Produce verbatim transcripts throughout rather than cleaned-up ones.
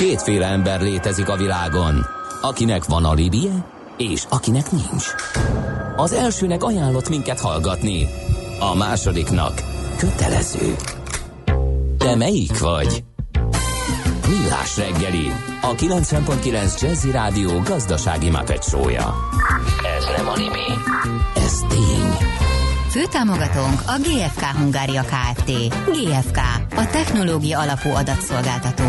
Kétféle ember létezik a világon, akinek van alibije, és akinek nincs. Az elsőnek ajánlott minket hallgatni, a másodiknak kötelező. Te melyik vagy? Millás reggeli, a kilencven pont kilenc Jazzy Rádió gazdasági Muppet show-ja. Ez nem anime, ez tény. Főtámogatónk a gé ef ká Hungária Kft. gé ef ká, a technológia alapú adatszolgáltató.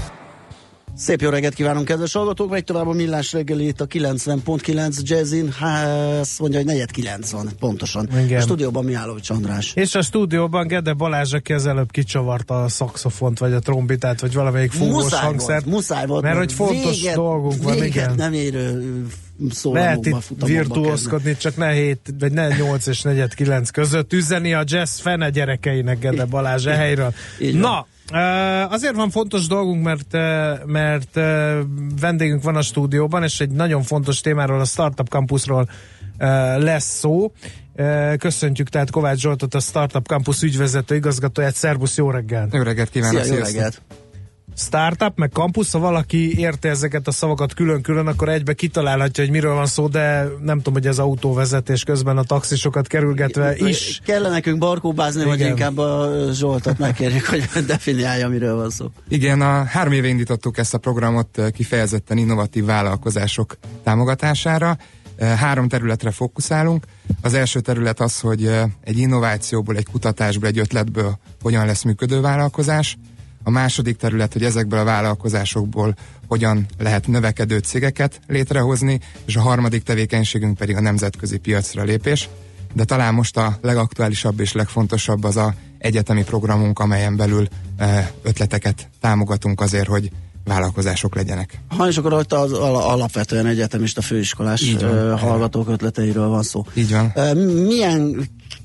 Szép jó reggelt kívánunk, kedves hallgatók! Megy tovább a Millás reggeli itt a kilencven pont kilenc Jazzin. Hát azt mondja, hogy negyed kilenc van, pontosan. Igen. A stúdióban Mihálovics András. És a stúdióban Gede Balázs, aki az előbb kicsavarta a szaxofont, vagy a trombitát, vagy valamelyik fúvós hangszert. Volt, muszáj volt. Mert hogy fontos véget, dolgunk van, igen. Nem érő lehet itt virtuózkodni, csak ne hét, vagy ne nyolc és negyed kilenc között üzeni a jazz fene gyerekeinek Gede Balázs e helyről. Na, Uh, azért van fontos dolgunk, mert, uh, mert uh, vendégünk van a stúdióban, és egy nagyon fontos témáról, a Startup Campusról uh, lesz szó. Uh, köszöntjük tehát Kovács Zsoltot, a Startup Campus ügyvezető igazgatóját. Szerbusz, jó reggelt! Jó reggelt kívánok! Szia, jó reggelt! Startup, meg campus, ha valaki érte ezeket a szavakat külön-külön, akkor egybe kitalálhatja, hogy miről van szó, de nem tudom, hogy ez autóvezetés közben a taxisokat kerülgetve is. Kellene nekünk barkóbázni, vagy inkább a Zsoltot megkérjük, hogy definiálja, miről van szó. Igen, a három éve indítottuk ezt a programot kifejezetten innovatív vállalkozások támogatására. Három területre fókuszálunk. Az első terület az, hogy egy innovációból, egy kutatásból, egy ötletből hogyan lesz működő vállalkozás. A második terület, hogy ezekből a vállalkozásokból hogyan lehet növekedő cégeket létrehozni, és a harmadik tevékenységünk pedig a nemzetközi piacra lépés. De talán most a legaktuálisabb és legfontosabb az a egyetemi programunk, amelyen belül ötleteket támogatunk azért, hogy vállalkozások legyenek. Ha és akkor ott az alapvetően egyetemista főiskolás hallgatók ötleteiről van szó. Így van. Milyen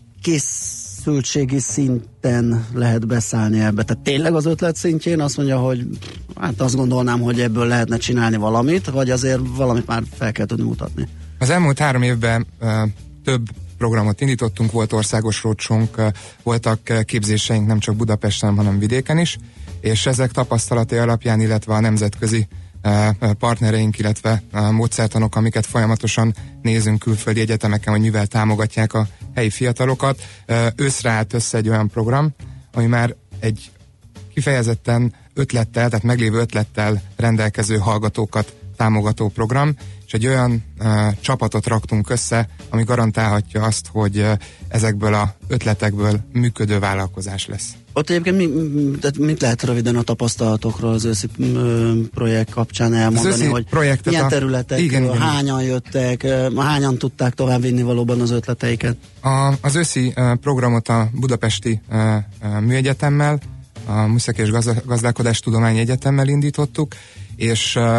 készültségi szinten lehet beszállni ebbe? Tehát tényleg az ötlet szintjén azt mondja, hogy hát azt gondolnám, hogy ebből lehetne csinálni valamit, vagy azért valamit már fel kell tudni mutatni? Az elmúlt három évben uh, több programot indítottunk, volt országos roadshownk, uh, voltak uh, képzéseink nem csak Budapesten, hanem vidéken is, és ezek tapasztalatai alapján, illetve a nemzetközi uh, partnereink, illetve uh, módszertanok, amiket folyamatosan nézünk külföldi egyetemeken, hogy mivel támogatják a helyi fiatalokat, uh, őszre állt össze egy olyan program, ami már egy kifejezetten ötlettel, tehát meglévő ötlettel rendelkező hallgatókat támogató program, és egy olyan uh, csapatot raktunk össze, ami garantálhatja azt, hogy uh, ezekből a ötletekből működő vállalkozás lesz. Ott egyébként mi, tehát mit lehet röviden a tapasztalatokról az őszi ö, projekt kapcsán elmondani, hogy milyen területek, igen, igen, hányan jöttek, hányan tudták továbbvinni valóban az ötleteiket? A, az őszi uh, programot a Budapesti uh, uh, Műegyetemmel, a Műszaki és Gazdálkodástudományi Egyetemmel indítottuk, és uh,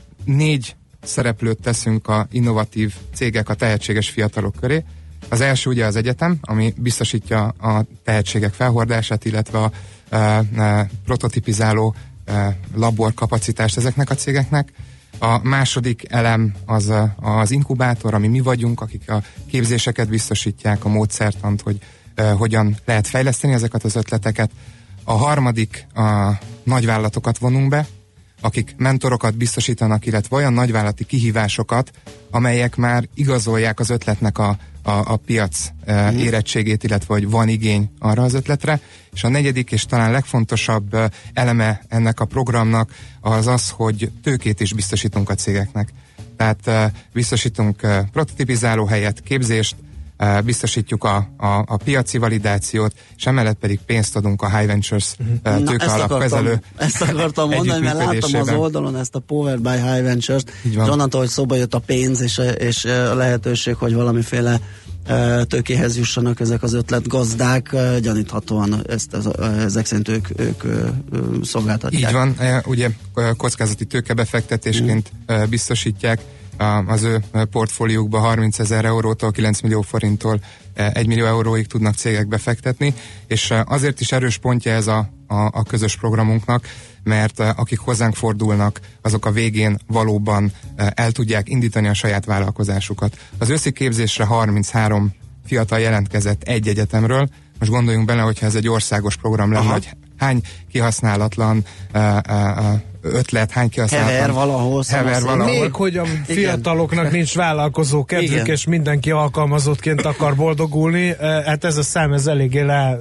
négy szereplőt teszünk a innovatív cégek, a tehetséges fiatalok köré. Az első ugye az egyetem, ami biztosítja a tehetségek felhordását, illetve a e, e, prototipizáló e, laborkapacitást ezeknek a cégeknek. A második elem az az inkubátor, ami mi vagyunk, akik a képzéseket biztosítják, a módszertant, hogy e, hogyan lehet fejleszteni ezeket az ötleteket. A harmadik, a nagyvállalatokat vonunk be, akik mentorokat biztosítanak, illetve olyan nagyvállalati kihívásokat, amelyek már igazolják az ötletnek a, a, a piac e, érettségét, illetve hogy van igény arra az ötletre. És a negyedik és talán legfontosabb e, eleme ennek a programnak az az, hogy tőkét is biztosítunk a cégeknek. Tehát e, biztosítunk e, prototipizáló helyet, képzést, Uh, biztosítjuk a, a, a piaci validációt, és emellett pedig pénzt adunk a High Ventures uh, tőke alapkezelő. Ezt akartam mondani, mert láttam az oldalon ezt a Powered by High Ventures-t, és onnantól, hogy szóba jött a pénz és, és a lehetőség, hogy valamiféle uh, tőkéhez jussanak ezek az ötletgazdák, uh, gyaníthatóan ezt, az, uh, ezek szerint ők, ők uh, szolgáltatják. Így van, uh, ugye kockázati tőkebefektetésként uh, biztosítják az ő portfóliókba harmincezer eurótól kilenc millió forinttól egy millió euróig tudnak cégek befektetni, és azért is erős pontja ez a, a, a közös programunknak, mert akik hozzánk fordulnak, azok a végén valóban el tudják indítani a saját vállalkozásukat. Az őszi képzésre harminchárom fiatal jelentkezett egy egyetemről. Most gondoljunk bele, hogyha ez egy országos program lenne, hogy hány kihasználatlan uh, uh, ötlet, hány kihasználatlan hever valahol, hever valahol. Még hogy a fiataloknak nincs vállalkozó kedvük, igen, és mindenki alkalmazottként akar boldogulni, hát ez a szám ez eléggé le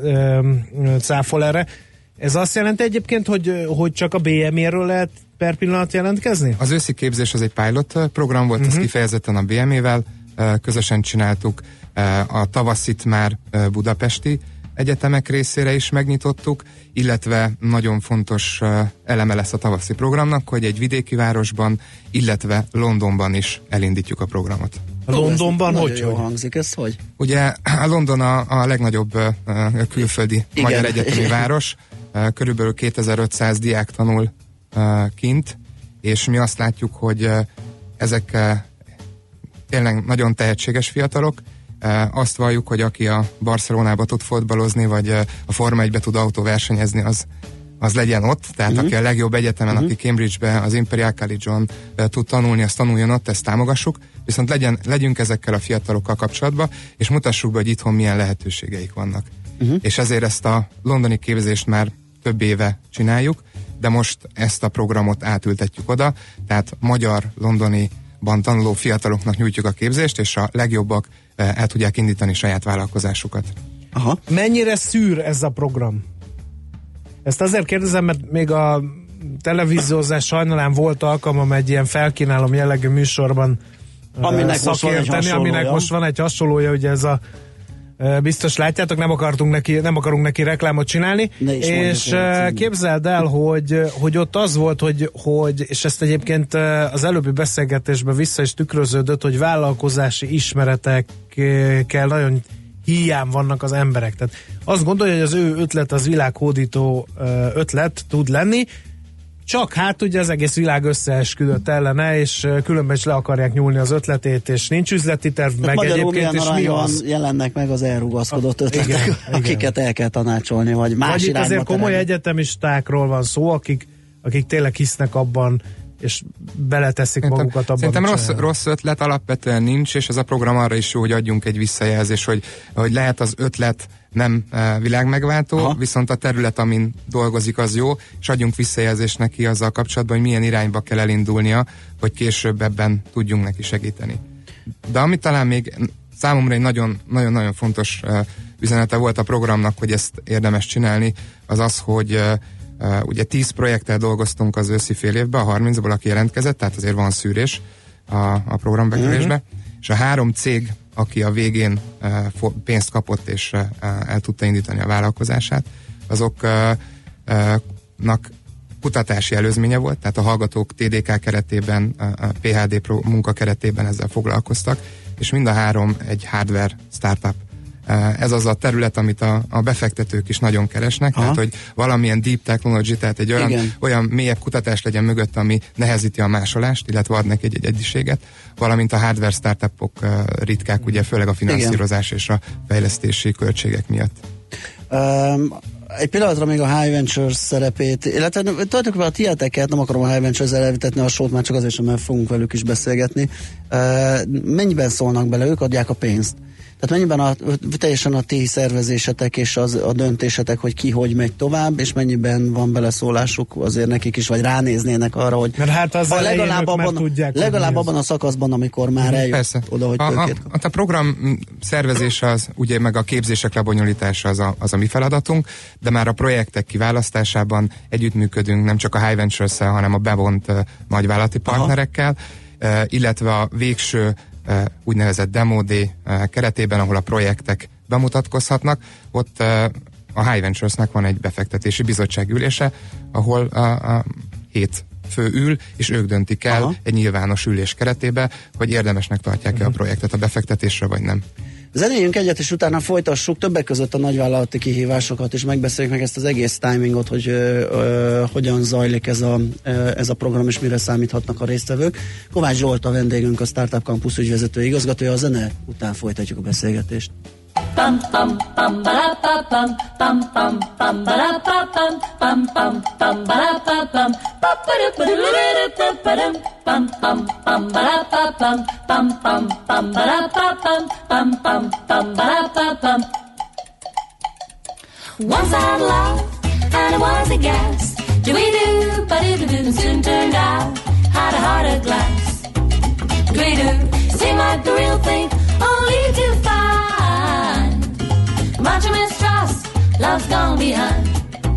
cáfol erre. Ez azt jelenti egyébként, hogy, hogy csak a bé em é-ről lehet per pillanat jelentkezni? Az őszi képzés az egy pilot program volt, uh-huh. ez kifejezetten a bé em é-vel közösen csináltuk, a tavaszit már budapesti egyetemek részére is megnyitottuk, illetve nagyon fontos eleme lesz a tavaszi programnak, hogy egy vidéki városban, illetve Londonban is elindítjuk a programot. A Londonban hogy? Jó hangzik, ez hogy? Ugye a London a, a legnagyobb uh, külföldi igen, magyar egyetemi igen. város, uh, körülbelül kétezer-ötszáz diák tanul uh, kint, és mi azt látjuk, hogy uh, ezek uh, tényleg nagyon tehetséges fiatalok. Uh, azt valljuk, hogy aki a Barcelonába tud fotbalozni, vagy uh, a Forma egybe tud autóversenyezni, az, az legyen ott. Tehát uh-huh. aki a legjobb egyetemen, uh-huh. aki Cambridge-be, az Imperial College-on uh, tud tanulni, azt tanuljon ott, ezt támogassuk. Viszont legyen, legyünk ezekkel a fiatalokkal kapcsolatban, és mutassuk be, hogy itthon milyen lehetőségeik vannak. Uh-huh. És ezért ezt a londoni képzést már több éve csináljuk, de most ezt a programot átültetjük oda, tehát magyar-londoniban tanuló fiataloknak nyújtjuk a képzést, és a legjobbak el tudják indítani saját vállalkozásukat. Aha. Mennyire szűr ez a program? Ezt azért kérdezem, mert még a televíziózás sajnálán volt alkalmam egy ilyen felkínálom jellegű műsorban aminek szakérteni, most aminek most van egy hasonlója, ugye ez a biztos látjátok, nem akartunk neki, nem akarunk neki reklámot csinálni, és képzeld el, hogy, hogy ott az volt, hogy, hogy, és ezt egyébként az előbbi beszélgetésben vissza is tükröződött, hogy vállalkozási ismeretekkel nagyon hiány vannak az emberek. Tehát azt gondolja, hogy az ő ötlet az világhódító ötlet tud lenni, csak hát ugye az egész világ összeesküdött ellene, és különben is le akarják nyúlni az ötletét, és nincs üzleti terv, meg egyébként, és mi az? Jelennek meg az elrugaszkodott ötletek, igen, akiket igen. el kell tanácsolni, vagy más vagy irányba itt azért komoly terelni. egyetemistákról van szó, akik, akik tényleg hisznek abban, és beleteszik szerintem, magukat abban. Szerintem rossz, rossz ötlet alapvetően nincs, és ez a program arra is jó, hogy adjunk egy visszajelzés, hogy, hogy lehet az ötlet nem uh, világmegváltó, aha. viszont a terület, amin dolgozik, az jó, és adjunk visszajelzést neki azzal kapcsolatban, hogy milyen irányba kell elindulnia, hogy később ebben tudjunk neki segíteni. De ami talán még számomra egy nagyon-nagyon fontos uh, üzenete volt a programnak, hogy ezt érdemes csinálni, az az, hogy uh, Uh, ugye tíz projekttel dolgoztunk az őszi fél évben, a harmincból, aki jelentkezett, tehát azért van szűrés a, a programbekerésbe, uh-huh. és a három cég, aki a végén uh, pénzt kapott és uh, el tudta indítani a vállalkozását, azoknak uh, uh, kutatási előzménye volt, tehát a hallgatók té dé ká keretében, a pé há dé Pro munka keretében ezzel foglalkoztak, és mind a három egy hardware startup. Ez az a terület, amit a, a befektetők is nagyon keresnek, aha. tehát hogy valamilyen deep technology, tehát egy olyan, olyan mélyebb kutatás legyen mögött, ami nehezíti a másolást, illetve ad neki egy, egy egyiséget, valamint a hardware startupok uh, ritkák, ugye főleg a finanszírozás igen. és a fejlesztési költségek miatt. Um, egy pillanatra még a High Ventures szerepét, illetve töltük be a tieteket, nem akarom a High Ventures-el elvitetni a sót, már csak azért sem, mert fogunk velük is beszélgetni. Uh, mennyiben szólnak bele, ők adják a pénzt? Tehát mennyiben a, teljesen a ti szervezésetek és az, a döntésetek, hogy ki hogy megy tovább, és mennyiben van beleszólásuk azért nekik is, vagy ránéznének arra, hogy hát az legalább, abban, tudják, legalább abban a szakaszban, amikor már eljut Persze. oda, hogy tőkét kap. A, a, a program szervezése az, ugye meg a képzések lebonyolítása az a, az a mi feladatunk, de már a projektek kiválasztásában együttműködünk nem csak a High Ventures-szel, hanem a bevont uh, nagyvállalati partnerekkel, uh, illetve a végső Uh, úgynevezett Demo Day uh, keretében, ahol a projektek bemutatkozhatnak, ott uh, a High Ventures-nek van egy befektetési bizottság ülése, ahol a uh, uh, hét fő ül, és ők döntik el aha. egy nyilvános ülés keretében, hogy érdemesnek tartják-e uh-huh. a projektet a befektetésre, vagy nem. Zenéljünk egyet, és utána folytassuk többek között a nagyvállalati kihívásokat, és megbeszéljük meg ezt az egész timingot, hogy ö, ö, hogyan zajlik ez a, ö, ez a program, és mire számíthatnak a résztvevők. Kovács Zsolt a vendégünk, a Startup Campus ügyvezető igazgatója, a zene után folytatjuk a beszélgetést. Pam pam pam ba pam pam pam pam pam ba pam pam pam pam ba pam pam pam pam pam ba pam pam pam pam ba pam pam pam pam ba pam. Once I loved and it was a gas. Do-we-do, ba-do-do-do, soon turned out, had a heart of glass. Do-we-do, seemed like the real thing, only to find much mistrust, love's gone behind.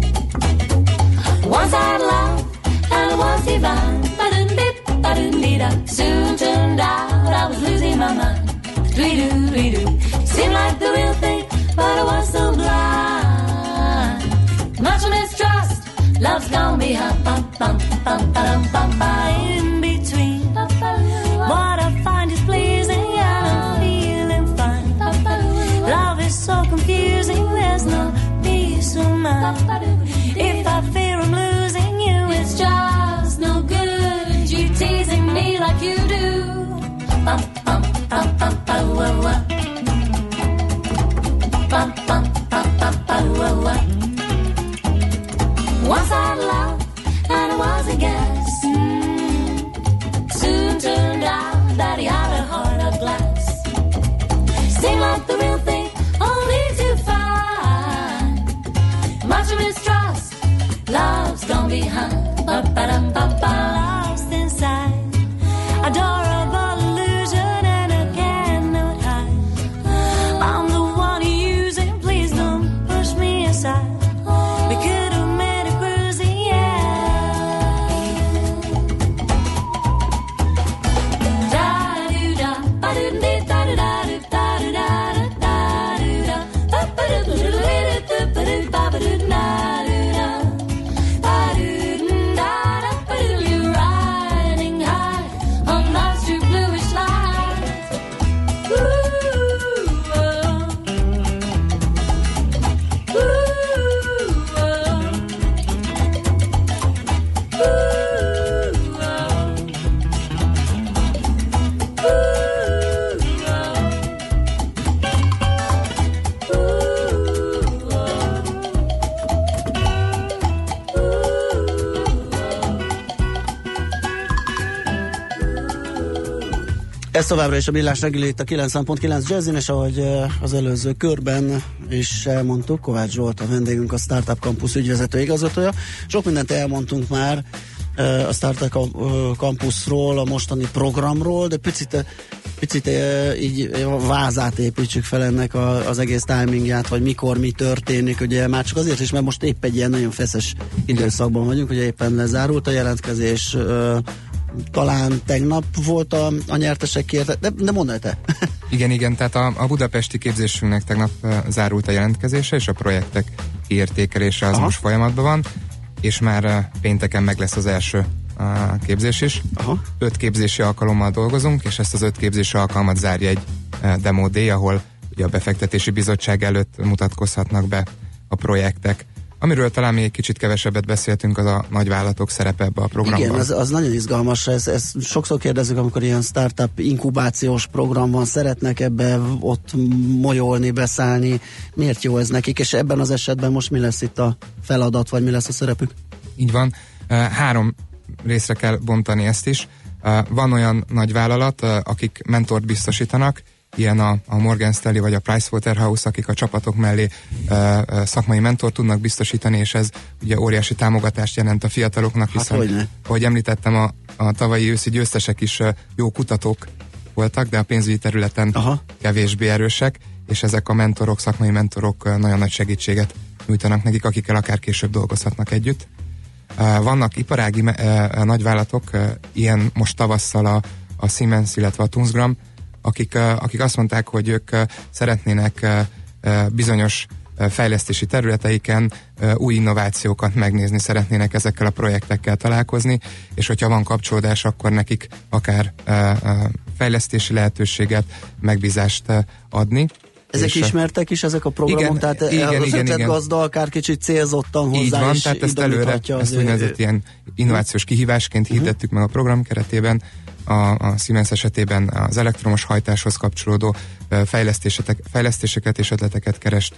Once I had love, and it was divine. Ba-dum-dip, ba-dum-dee-da. Soon turned out I was losing my mind. Dwee-doo, dwee-doo. Seemed like the real thing, but I was so blind. Much mistrust, love's gone behind. Bum, bum, bum, bum, bum, bum. In between, what I find is pleasing, and I'm feeling fine. Love is so confusing, there's no peace of mind. If I fear I'm losing you, it's just no good. You teasing me like you do. Bum, bum, bum, bum, bum, wah, wah. Bum, bum, bum, bum, bum, wah, wah. Once I had love, and it was a guess. Mm. Soon turned out that he had a heart of glass. Seemed like the real thing, only to find much mistrust, love's gone behind. Ba-ba-dum-ba-ba. Lost inside, adorable illusion, and I cannot hide. I'm the one you're using, please don't push me aside. We could have made it cruising, yeah. Da-do-da, ba-do-dee, da-do-da-do, da-do-da-do, da-do-da, ba-ba-do-do-do-do-do-do-do, ba-ba-do-da-do-da. Ez továbbra is a Millás reggeli itt a kilencven pont kilenc Jazzin, és ahogy az előző körben is elmondtuk, Kovács Zsolt a vendégünk, a Startup Campus ügyvezető igazgatója. Sok mindent elmondtunk már a Startup Campusról, a mostani programról, de picit, picit így vázát építsük fel ennek az egész timingját, vagy mikor mi történik, ugye már csak azért is, mert most épp egy ilyen nagyon feszes időszakban vagyunk, ugye éppen lezárult a jelentkezés, talán tegnap volt a, a nyertesekért, de, de mondd el te. Igen, igen, tehát a, a budapesti képzésünknek tegnap uh, zárult a jelentkezése, és a projektek kiértékelése az Aha. most folyamatban van, és már uh, pénteken meg lesz az első uh, képzés is. Aha. Öt képzési alkalommal dolgozunk, és ezt az öt képzési alkalmat zárja egy uh, demo day, ahol ugye a befektetési bizottság előtt mutatkozhatnak be a projektek. Amiről talán még egy kicsit kevesebbet beszéltünk, az a nagyvállalatok szerepe ebbe a programban. Igen, az, az nagyon izgalmas. Ez, ez sokszor kérdezzük, amikor ilyen startup inkubációs program van, szeretnek ebbe ott molyolni, beszállni. Miért jó ez nekik? És ebben az esetben most mi lesz itt a feladat, vagy mi lesz a szerepük? Így van. Három részre kell bontani ezt is. Van olyan nagyvállalat, akik mentort biztosítanak, ilyen a, a Morgan Stanley vagy a Pricewaterhouse, akik a csapatok mellé uh, uh, szakmai mentort tudnak biztosítani, és ez ugye óriási támogatást jelent a fiataloknak, hiszen, hát, ahogy említettem, a, a tavalyi őszi győztesek is uh, jó kutatók voltak, de a pénzügyi területen Aha. kevésbé erősek, és ezek a mentorok, szakmai mentorok uh, nagyon nagy segítséget nyújtanak nekik, akikkel akár később dolgozhatnak együtt. Uh, vannak iparági uh, nagyvállalatok, uh, ilyen most tavasszal a, a Siemens, illetve a Tunzgram, Akik, akik azt mondták, hogy ők szeretnének bizonyos fejlesztési területeiken új innovációkat megnézni, szeretnének ezekkel a projektekkel találkozni, és hogyha van kapcsolódás, akkor nekik akár fejlesztési lehetőséget, megbízást adni. Ezek és ismertek is, ezek a programok, igen, tehát igen, az ötletgazda akár kicsit célzottan hozzá így van, is tehát ezt előre, ezt úgynevezett ilyen innovációs kihívásként uh-huh. hirdettük meg a program keretében. A, a Siemens esetében az elektromos hajtáshoz kapcsolódó fejlesztéseket és ötleteket kerestük.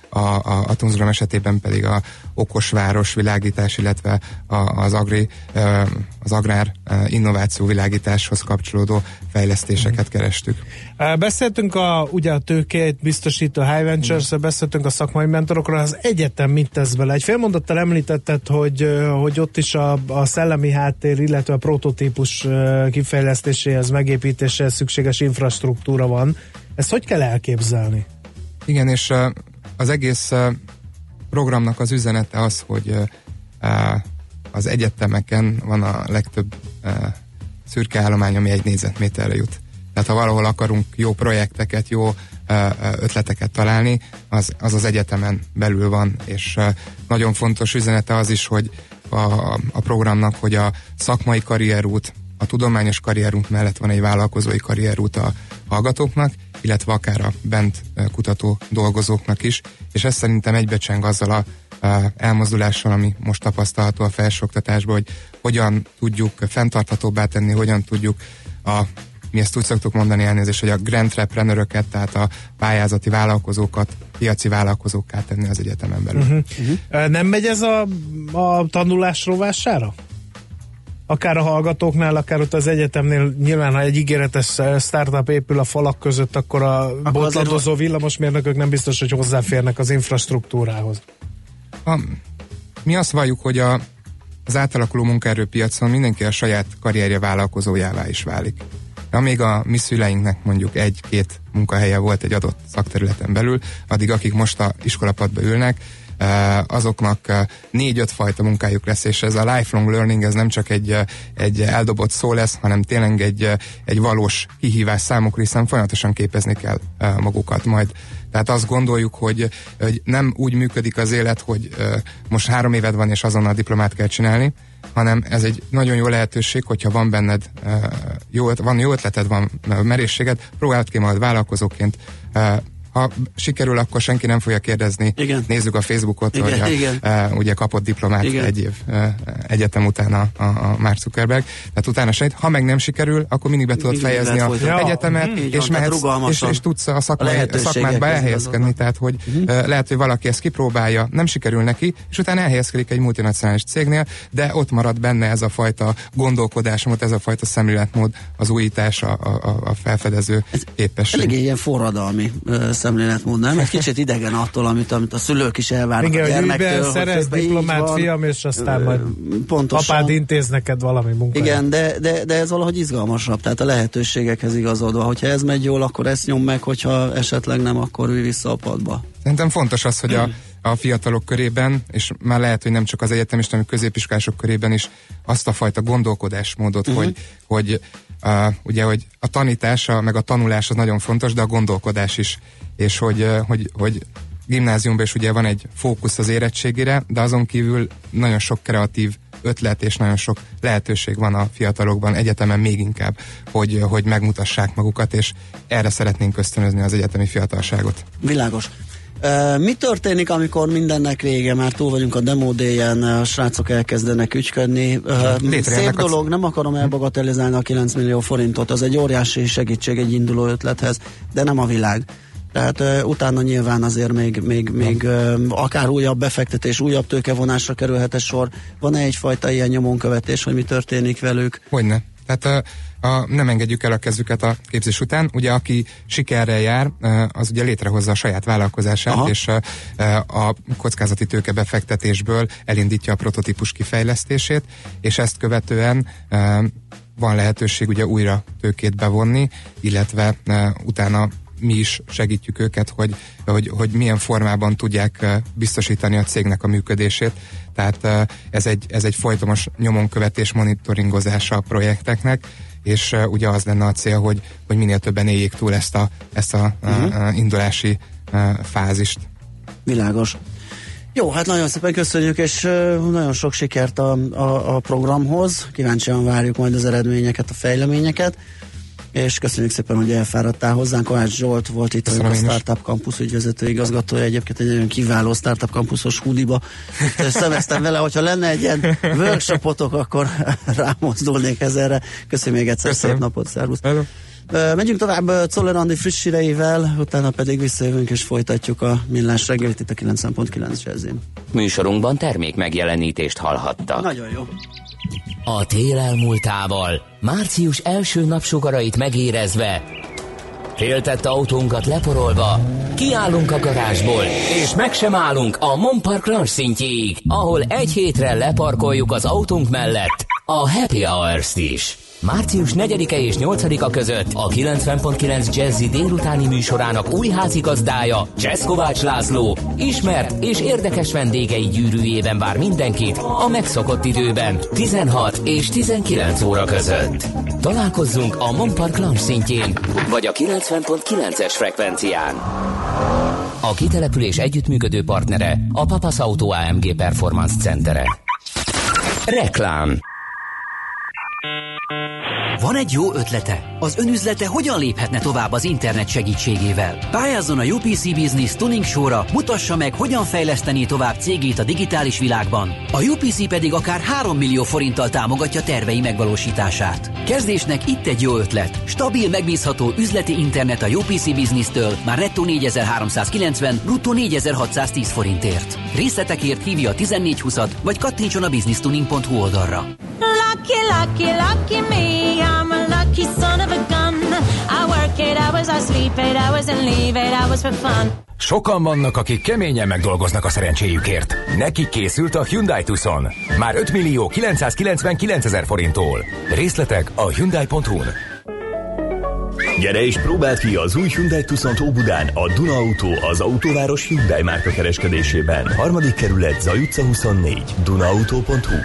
a, a, a Tunzulom esetében pedig a okosváros világítás, illetve a, az, agri, az agrár innováció világításhoz kapcsolódó fejlesztéseket kerestük. Beszéltünk a, ugye a tőkét biztosító High Ventures-ről, beszéltünk a szakmai mentorokról, az egyetem mit tesz bele? Egy fél mondattal említetted, hogy, hogy ott is a, a szellemi háttér, illetve a prototípus kifejlesztéséhez, megépítéséhez szükséges infrastruktúra van. Ezt hogy kell elképzelni? Igen, és az egész programnak az üzenete az, hogy az egyetemeken van a legtöbb szürke állomány, ami egy négyzetméterre jut. Tehát ha valahol akarunk jó projekteket, jó ötleteket találni, az az, az egyetemen belül van, és nagyon fontos üzenete az is, hogy a, a programnak, hogy a szakmai karrierút, a tudományos karrierút mellett van egy vállalkozói karrierút a hallgatóknak, illetve akár a bent kutató dolgozóknak is, és ez szerintem egybecseng azzal a elmozdulással, ami most tapasztalható a felsőoktatásban, hogy hogyan tudjuk fenntarthatóbbá tenni, hogyan tudjuk a, mi ezt úgy szoktuk mondani, elnézést, hogy a grant-reprenőröket, tehát a pályázati vállalkozókat, piaci vállalkozókká tenni az egyetemen belül. Uh-huh. Uh-huh. Nem megy ez a, a tanulás rovására? Akár a hallgatóknál, akár ott az egyetemnél, nyilván, ha egy ígéretes startup épül a falak között, akkor a botladozó villamosmérnökök nem biztos, hogy hozzáférnek az infrastruktúrához. A, mi azt valljuk, hogy a, az átalakuló munkaerőpiacon mindenki a saját karrierje vállalkozójává is válik. Amíg a mi szüleinknek mondjuk egy-két munkahelye volt egy adott szakterületen belül, addig akik most a iskolapadba ülnek, azoknak négy-öt fajta munkájuk lesz, és ez a lifelong learning, ez nem csak egy, egy eldobott szó lesz, hanem tényleg egy, egy valós kihívás számukra, hiszen folyamatosan képezni kell magukat majd. Tehát azt gondoljuk, hogy, hogy nem úgy működik az élet, hogy most három éved van, és azonnal diplomát kell csinálni, hanem ez egy nagyon jó lehetőség, hogyha van benned jó, van jó ötleted, van merészséged, próbáld ki magad vállalkozóként. Ha sikerül, akkor senki nem fogja kérdezni. Igen. Nézzük a Facebookot, igen, hogy a, igen. Uh, ugye kapott diplomát igen. egy év uh, egyetem után a, a, a Mark Zuckerberg. Tehát utána sejt, ha meg nem sikerül, akkor mindig be tudod mindig fejezni az ja. egyetemet, mm, és, mehetsz, és, és tudsz a, szakmai, a szakmádba elhelyezkedni. Tehát, hogy uh-huh. uh, lehet, hogy valaki ezt kipróbálja, nem sikerül neki, és utána elhelyezkedik egy multinacionális cégnél, de ott marad benne ez a fajta gondolkodásmód, ez a fajta szemléletmód, az újítás, a, a, a felfedező képesség. Elég ilyen forradalmi uh, szemléletmód, nem? Egy kicsit idegen attól, amit, amit a szülők is elvárnak igen, a gyermektől. Igen, szerez diplomát, fiam, és aztán majd pontosan. Apád intéz neked valami munkát. Igen, de, de, de ez valahogy izgalmasabb, tehát a lehetőségekhez igazodva. Hogyha ez megy jól, akkor ezt nyom meg, hogyha esetleg nem, akkor ülj vissza a padba. Szerintem fontos az, hogy a, a fiatalok körében, és már lehet, hogy nem csak az egyetemista, hanem középiskolások körében is azt a fajta gondolkodásmódot, uh-huh. hogy, hogy Uh, ugye, hogy a tanítása, meg a tanulás az nagyon fontos, de a gondolkodás is. És hogy, uh, hogy, hogy gimnáziumban is ugye van egy fókusz az érettségére, de azon kívül nagyon sok kreatív ötlet és nagyon sok lehetőség van a fiatalokban, egyetemen még inkább, hogy, hogy megmutassák magukat, és erre szeretnénk ösztönözni az egyetemi fiatalságot. Világos. Uh, mi történik, amikor mindennek vége, már túl vagyunk a demo day-en, a srácok elkezdenek ügyködni. Uh, szép dolog, c... nem akarom elbagatelizálni a kilenc millió forintot, az egy óriási segítség egy induló ötlethez, de nem a világ. Tehát uh, utána nyilván azért még, még, még uh, akár újabb befektetés, újabb tőkevonásra kerülhet sor. Van-e egyfajta ilyen nyomonkövetés, hogy mi történik velük? Hogyne. Tehát uh, a, nem engedjük el a kezüket a képzés után. Ugye aki sikerrel jár, az ugye létrehozza a saját vállalkozását, aha. és a kockázati tőke befektetésből elindítja a prototípus kifejlesztését, és ezt követően van lehetőség ugye újra tőkét bevonni, illetve utána mi is segítjük őket, hogy, hogy, hogy milyen formában tudják biztosítani a cégnek a működését. Tehát ez egy, ez egy folytonos nyomonkövetés, monitoringozása a projekteknek, és uh, ugye az lenne a cél, hogy, hogy minél többen éljék túl ezt a, ezt a uh-huh. uh, indulási uh, fázist. Világos. Jó, hát nagyon szépen köszönjük, és uh, nagyon sok sikert a, a, a programhoz. Kíváncsian várjuk majd az eredményeket, a fejleményeket, és köszönjük szépen, hogy elfáradtál hozzánk. Kovács Zsolt volt itt a Startup Campus ügyvezető igazgatója, egyébként egy nagyon kiváló Startup Campusos hoodie-ba. Szemeztem vele, hogyha lenne egy ilyen workshopotok, akkor rámozdulnék ezerre. Köszönjük még egyszer, köszönöm. Szép napot, szervusz! Hello. Megyünk tovább Czoller Andi friss híreivel, utána pedig visszajövünk és folytatjuk a Millás reggelit itt a kilencven pont kilenc Jazzin. Műsorunkban termék megjelenítést hallhattak. Nagyon jó. A tél elmúltával, március első napsugarait megérezve, féltett autónkat leporolva, kiállunk a garázsból, és meg sem állunk a Monpark Lounge szintjéig, ahol egy hétre leparkoljuk az autónk mellett a Happy Hours-t is. március negyedike és nyolcadika között a kilencven pont kilenc Jazzy délutáni műsorának új házigazdája, Csesz Kovács László, ismert és érdekes vendégei gyűrűjében vár mindenkit a megszokott időben, tizenhat és tizenkilenc óra között. Találkozzunk a Monpark Lounge szintjén, vagy a kilencven pont kilences frekvencián. A kitelepülés együttműködő partnere a Papas Auto á em gé Performance Centere. Reklám. Van egy jó ötlete? Az önüzlete hogyan léphetne tovább az internet segítségével? Pályázzon a u pé cé Business Tuning Show-ra, mutassa meg, hogyan fejlesztené tovább cégét a digitális világban. A u pé cé pedig akár három millió forinttal támogatja tervei megvalósítását. Kezdésnek itt egy jó ötlet. Stabil, megbízható üzleti internet a u pé cé Business-től már nettó négyezer-háromszázkilencven, bruttó négyezer-hatszáztíz forintért. Részletekért hívja a tizennégy húszat, vagy kattintson a business tuning pont hu oldalra. Lucky, lucky, lucky me, I'm a lucky son of a gun. I work eight hours, I sleep eight hours and leave eight hours for fun. Sokan vannak, akik keményen megdolgoznak a szerencséjükért. Nekik készült a Hyundai Tucson. Már öt millió kilencszázkilencvenkilencezer forinttól. Részletek a hyundai pont hu-n. Gyere és próbáld ki az új Hyundai Tucsont Óbudán, a Duna Autó, az Autóváros Hyundai márka kereskedésében. Harmadik kerület, Zaj utca huszonnégy, dunaauto pont hu.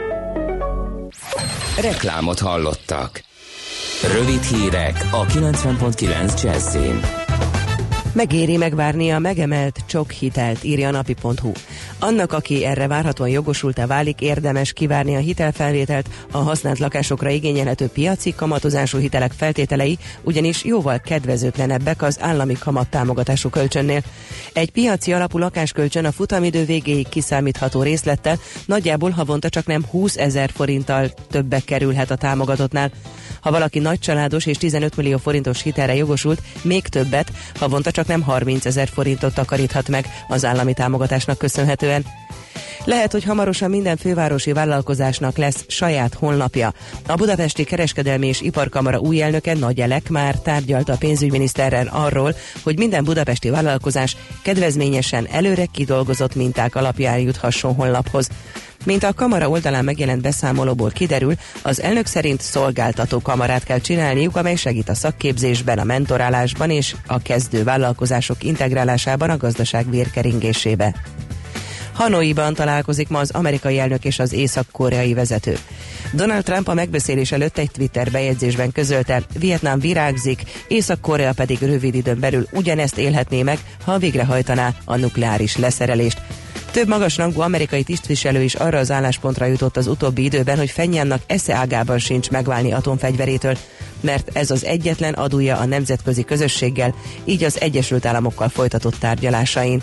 Reklámot hallottak. Rövid hírek a kilencven pont kilenc Jazzin. Megéri megvárni a megemelt csok hitelt, írja a napi pont hu. Annak, aki erre várhatóan jogosultá válik, érdemes kivárni a hitelfelvételt, a használt lakásokra igényelhető piaci kamatozású hitelek feltételei, ugyanis jóval kedvezőtlenebbek az állami kamattámogatású kölcsönnél. Egy piaci alapú lakáskölcsön a futamidő végéig kiszámítható részlettel nagyjából havonta csak nem húszezer forinttal többbe kerülhet a támogatottnál. Ha valaki nagycsaládos és tizenöt millió forintos hitelre jogosult, még többet, havonta csak nem harmincezer forintot takaríthat meg az állami támogatásnak köszönhetően. Lehet, hogy hamarosan minden fővárosi vállalkozásnak lesz saját honlapja. A Budapesti Kereskedelmi és Iparkamara új elnöke, Nagy Elek már tárgyalt a pénzügyminiszterrel arról, hogy minden budapesti vállalkozás kedvezményesen előre kidolgozott minták alapján juthasson honlaphoz. Mint a kamara oldalán megjelent beszámolóból kiderül, az elnök szerint szolgáltató kamarát kell csinálniuk, amely segít a szakképzésben, a mentorálásban és a kezdő vállalkozások integrálásában a gazdaság vérkeringésébe. Hanoiban találkozik ma az amerikai elnök és az észak-koreai vezető. Donald Trump a megbeszélés előtt egy Twitter bejegyzésben közölte, Vietnám virágzik, Észak-Korea pedig rövid időn belül ugyanezt élhetné meg, ha végrehajtaná a nukleáris leszerelést. Több magasrangú amerikai tisztviselő is arra az álláspontra jutott az utóbbi időben, hogy Phenjannak esze ágában sincs megválni atomfegyverétől, mert ez az egyetlen adója a nemzetközi közösséggel, így az Egyesült Államokkal folytatott tárgyalásain.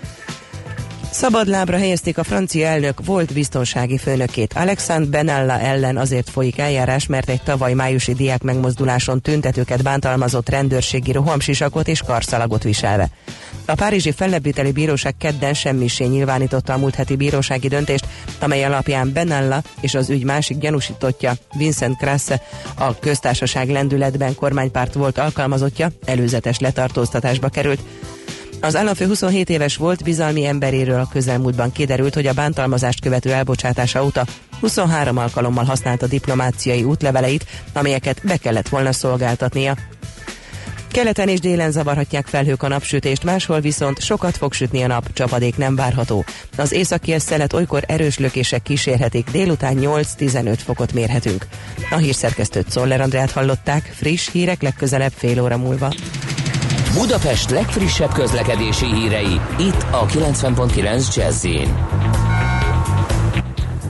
Szabadlábra helyezték a francia elnök volt biztonsági főnökét. Alexandre Benalla ellen azért folyik eljárás, mert egy tavaly májusi diák megmozduláson tüntetőket bántalmazott rendőrségi rohamsisakot és karszalagot viselve. A párizsi fellebbviteli bíróság kedden semmissé nyilvánította a múlt heti bírósági döntést, amely alapján Benalla és az ügy másik gyanúsítottja, Vincent Crasse, a köztársaság lendületben kormánypárt volt alkalmazottja, előzetes letartóztatásba került. Az államfő huszonhét éves volt, bizalmi emberéről a közelmúltban kiderült, hogy a bántalmazást követő elbocsátása óta huszonhárom alkalommal használta diplomáciai útleveleit, amelyeket be kellett volna szolgáltatnia. Keleten és délen zavarhatják felhők a napsütést, máshol viszont sokat fog sütni a nap, csapadék nem várható. Az északi szelet olykor erős lökések kísérhetik, délután nyolc-tizenöt fokot mérhetünk. A hírszerkesztőt, Szoller Andrát hallották, friss hírek legközelebb fél óra múlva. Budapest legfrissebb közlekedési hírei, itt a kilencven pont kilenc Jazz-in.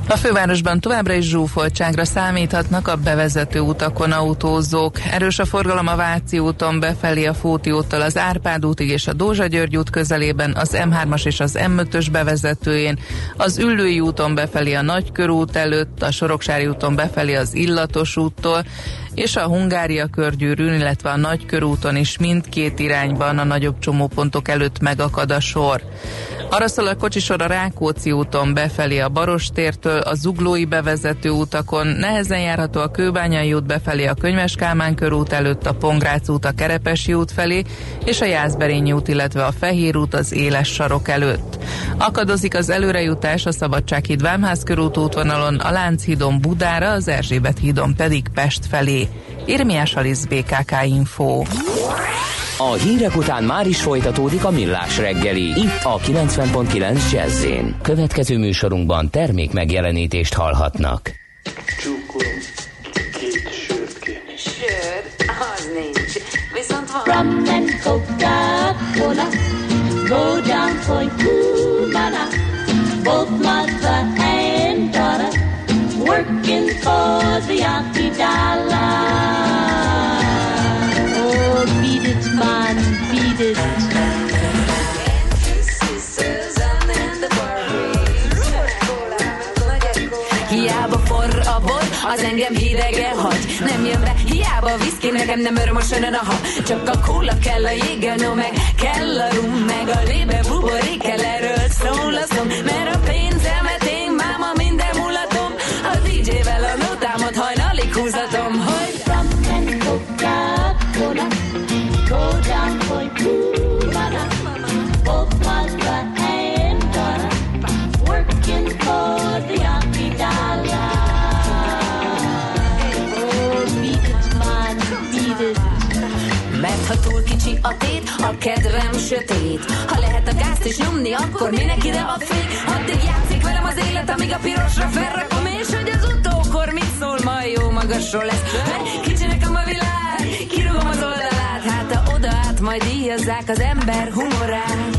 A fővárosban továbbra is zsúfoltságra számíthatnak a bevezető utakon autózók. Erős a forgalom a Váci úton befelé a Fóti úttól az Árpád útig és a Dózsa-György út közelében, az em hármas és az em ötös bevezetőjén, az Üllői úton befelé a Nagykörút előtt, a Soroksári úton befelé az Illatos úttól, és a Hungária körgyűrűn, illetve a Nagykörúton is mindkét irányban a nagyobb csomópontok előtt megakad a sor. Arra szól a kocsisor a Rákóczi úton befelé a Barostértől, a Zuglói bevezető utakon, nehezen járható a Kőbányai út befelé a Könyves Kálmán körút előtt, a Pongrác út a Kerepesi út felé, és a Jászberényi út, illetve a Fehér út az Éles sarok előtt. Akadozik az előrejutás a Szabadsághíd Vámház körút útvonalon, a Lánchídon Budára, az Erzsébet hídon pedig Pest felé. Irmiás Alisz, bé ká ká Info. A hírek után már is folytatódik a Millás reggeli, itt a kilencven pont kilenc Jazz-én. Következő műsorunkban termék megjelenítést hallhatnak. Csókolom, két sört kéne. Sör? Az nincs. Viszont van. Rum and Coca-Cola, go down point Cumana, both mother and daughter, working for the Yankee dollar. Oh, beat it, man, beat it. Hiába forr a bor, az engem hidegen hagy. Nem jön be, hiába viszki, nekem nem öröm, most jön a ha. Csak a kóla kell, a jégelnó meg, kell a rum, meg a lébe buborék kell, erről szól a szom. Mert a pénzemet én, máma, minden mulatom. A dé dzsével a nótámat hajnalig húzatom, hogy rum and Coca-Cola, go down point Cumana, both mother and daughter, working for the Yankee dollar. Oh, beat it, man, beat it. mert ha túl kicsi a tét, a kedvem sötét. Ha lehet a gázt is nyomni, akkor minek ide a fény? Addig játszik velem az élet, amíg a pirosra felrakom, és hogy az utókor mit szól, majd jó magasról lesz. Hey, kicsi nekem a világ, kirúgom az oldalát, hát ha oda át, majd díjazzák az ember humorát.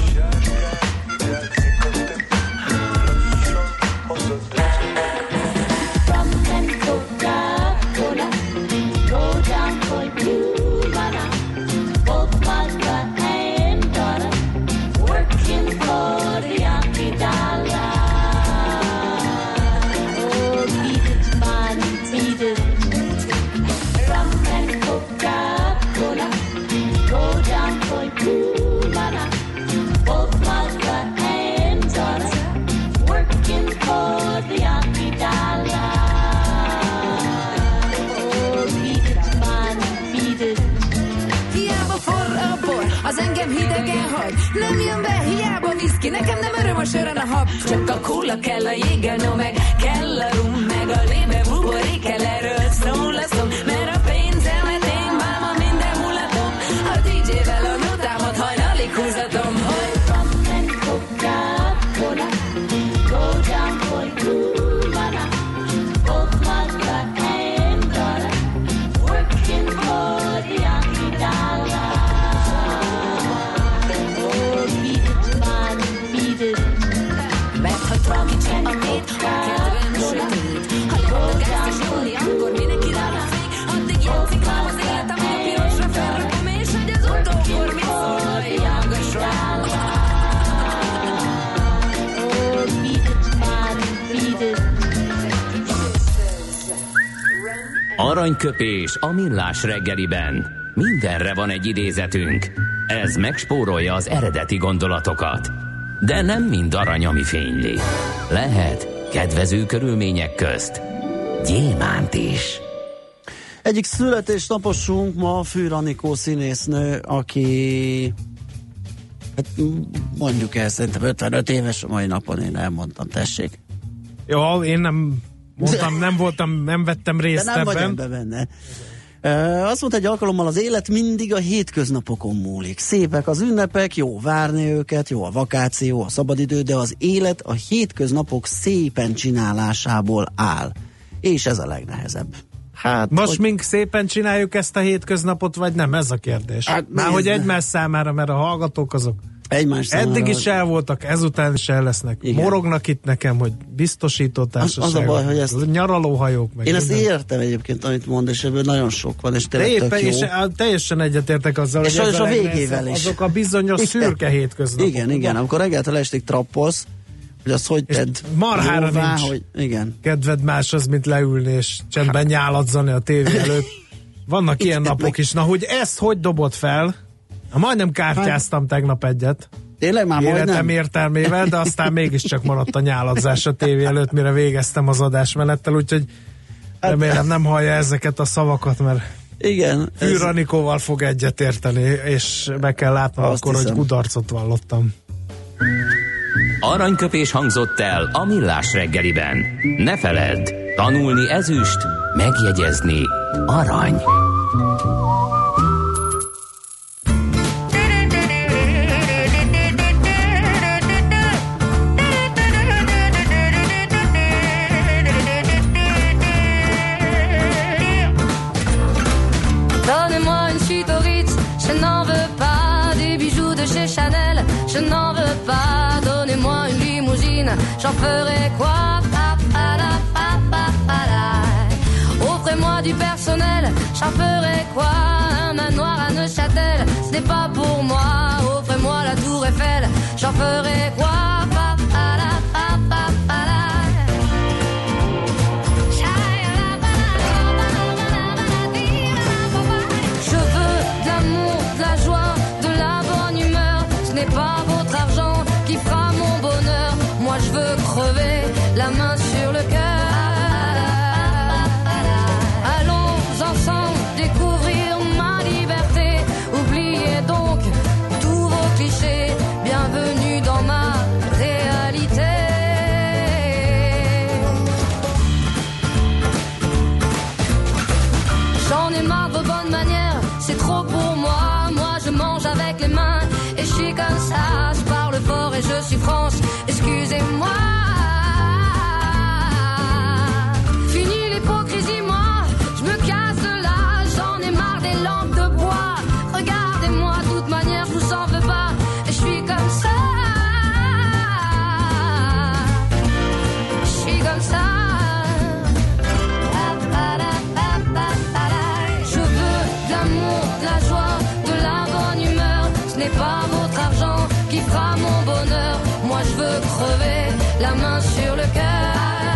Az engem hidegen hagy, nem jön be, hiába viszki, nekem nem öröm a sörön a hab. Csak a kóla kell, a jégelnó meg, kell a rum, meg a lébe buborék kell, erről szól a szom. Mert a pénzemet én, máma, minden mulatom, a dé dzsével a nótámat hajnalig húzatom, hogy rum and Coca-Cola, go down for Cumana, both mother and daughter, working for the Yankee dollar. Mert ha túl kicsi a tét, a kedvem sötét. Ha lehet a gázt is nyomni, akkor minek irál a fény? Addig játszik már az élet, amíg a pirosra felrakom, és hogy az utókor mit szól, majd magasra. Oh, beat it, man, beat it. Aranyköpés a millás reggeliben. Mindenre van egy idézetünk. Ez megspórolja az eredeti gondolatokat. De nem mind arany, ami fényli. Lehet kedvező körülmények közt gyémánt is. Egyik születésnaposunk ma Fűr Anikó színésznő, aki hát mondjuk el, szerintem ötvenöt éves a mai napon, én elmondtam, tessék. Jó, én nem mondtam, nem voltam, nem vettem részt ebben. De nem ebben. vagy ebben benne. Uh, azt mondta egy alkalommal, az élet mindig a hétköznapokon múlik. Szépek az ünnepek, jó várni őket, jó a vakáció, a szabadidő, de az élet a hétköznapok szépen csinálásából áll. És ez a legnehezebb. Hát, most hogy... mink szépen csináljuk ezt a hétköznapot, vagy nem? Ez a kérdés. Hát, már hogy egymás számára, mert a hallgatók azok... Egymás számára. Eddig is el voltak, ezután is el lesznek. Igen. Morognak itt nekem, hogy biztosító társaságok, az, az a baj, hogy ezt, nyaralóhajók. Meg én minden. Ezt értem egyébként, amit mond, és ebből nagyon sok van, és tényleg tök jó. És teljesen egyetértek azzal, és hogy a végével is. Azok a bizonyos szürke hétköznapok. Igen, igen, igen, amikor reggeltől estig trappolsz, hogy azt hogy tedd marhára jóvá, nincs hogy igen. kedved más az, mint leülni és csendben nyáladzani a tévé előtt. Vannak ilyen napok is. Na, hogy ezt hogy dobod fel? Na, majdnem kártyáztam tegnap egyet. Tényleg már életem majdnem? értelmével, de aztán mégiscsak maradt a nyáladzás a tévé előtt, mire végeztem az adásmenettel, úgyhogy remélem nem hallja ezeket a szavakat, mert igen, Fűr Anikóval fog egyet érteni, és meg kell látnom azt akkor, hiszem, hogy kudarcot vallottam. Aranyköpés hangzott el a Millás reggeliben. Ne feledd, tanulni ezüst, megjegyezni arany. Donnez-moi une suite au Ritz, je n'en veux pas. Des bijoux de chez Chanel, je n'en veux pas. Donnez-moi une limousine, j'en ferai quoi? Offrez-moi du personnel, j'en ferai quoi? Un manoir à Neuchâtel, ce n'est pas pour moi. Offrez-moi la tour Eiffel, j'en ferai quoi? Je veux de l'amour, de la joie, de la bonne humeur. Ce n'est pas votre argent qui fera mon bonheur. Moi je veux crever la main sur le cœur. Ensemble découvrir ma liberté. Oubliez donc tous vos clichés. Bienvenue dans ma réalité. J'en ai marre de vos bonnes manières, c'est trop pour moi. Moi je mange avec les mains et je suis comme ça. Je parle fort et je suis France, excusez-moi. Fini l'hypocrisie, moi je me casse de là, j'en ai marre des lampes de bois. Regardez-moi, de toute manière, je vous en veux pas. Et je suis comme ça. Je suis comme ça. Je veux de l'amour, de la joie, de la bonne humeur. Ce n'est pas votre argent qui fera mon bonheur. Moi je veux crever la main sur le cœur.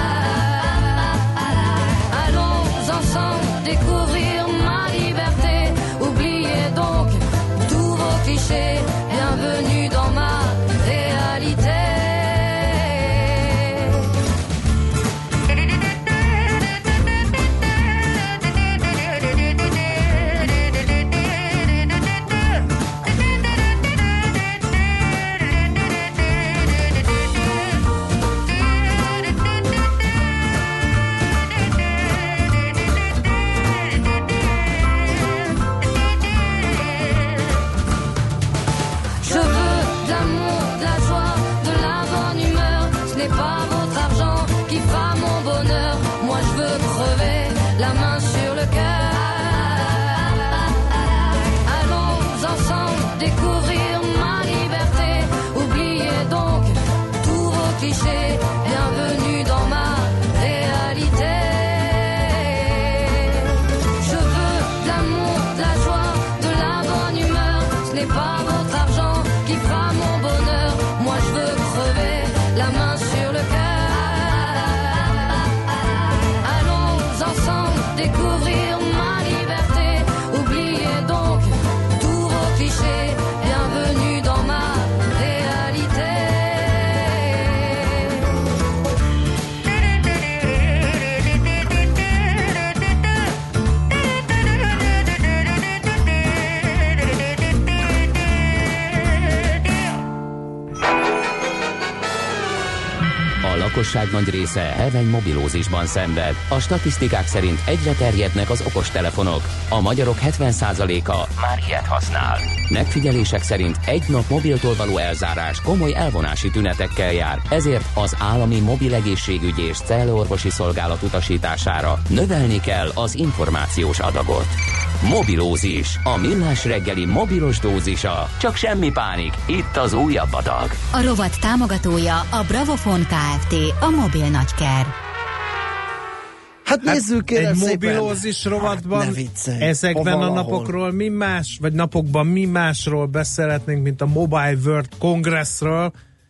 Ensemble découvrir ma liberté. Oubliez donc tous vos clichés. Bienvenue dans ma réalité. Pas votre argent qui fera mon bonheur. Moi je veux crever la main sur le cœur. Allons ensemble découvrir ma liberté. Oubliez donc tous vos clichés. Bienvenue dans ma réalité. Je veux de l'amour, de la joie, de la bonne humeur. Ce n'est pas votre argent qui fera mon bonheur. Moi je veux crever la main sur le cœur. Allons ensemble découvrir ma liberté. Oubliez donc tous vos clichés. Bienvenue dans ma réalité. A lakosság nagy része heveny mobilózisban szenved. A statisztikák szerint egyre terjednek az okostelefonok. A magyarok hetven százaléka már ilyet használ. Megfigyelések szerint egy nap mobiltól való elzárás komoly elvonási tünetekkel jár. Ezért az állami mobil egészségügyi és cellorvosi szolgálat utasítására növelni kell az információs adagot. Mobilózis. A millás reggeli mobilos dózisa. Csak semmi pánik. Itt az újabb adag. A rovat támogatója a Bravofon Kft. A mobil nagyker. Hát nézzük, kérem egy szépen. mobilózis rovatban hát ezekben a napokról mi más, vagy napokban mi másról beszélhetnénk, mint a Mobile World Congressről.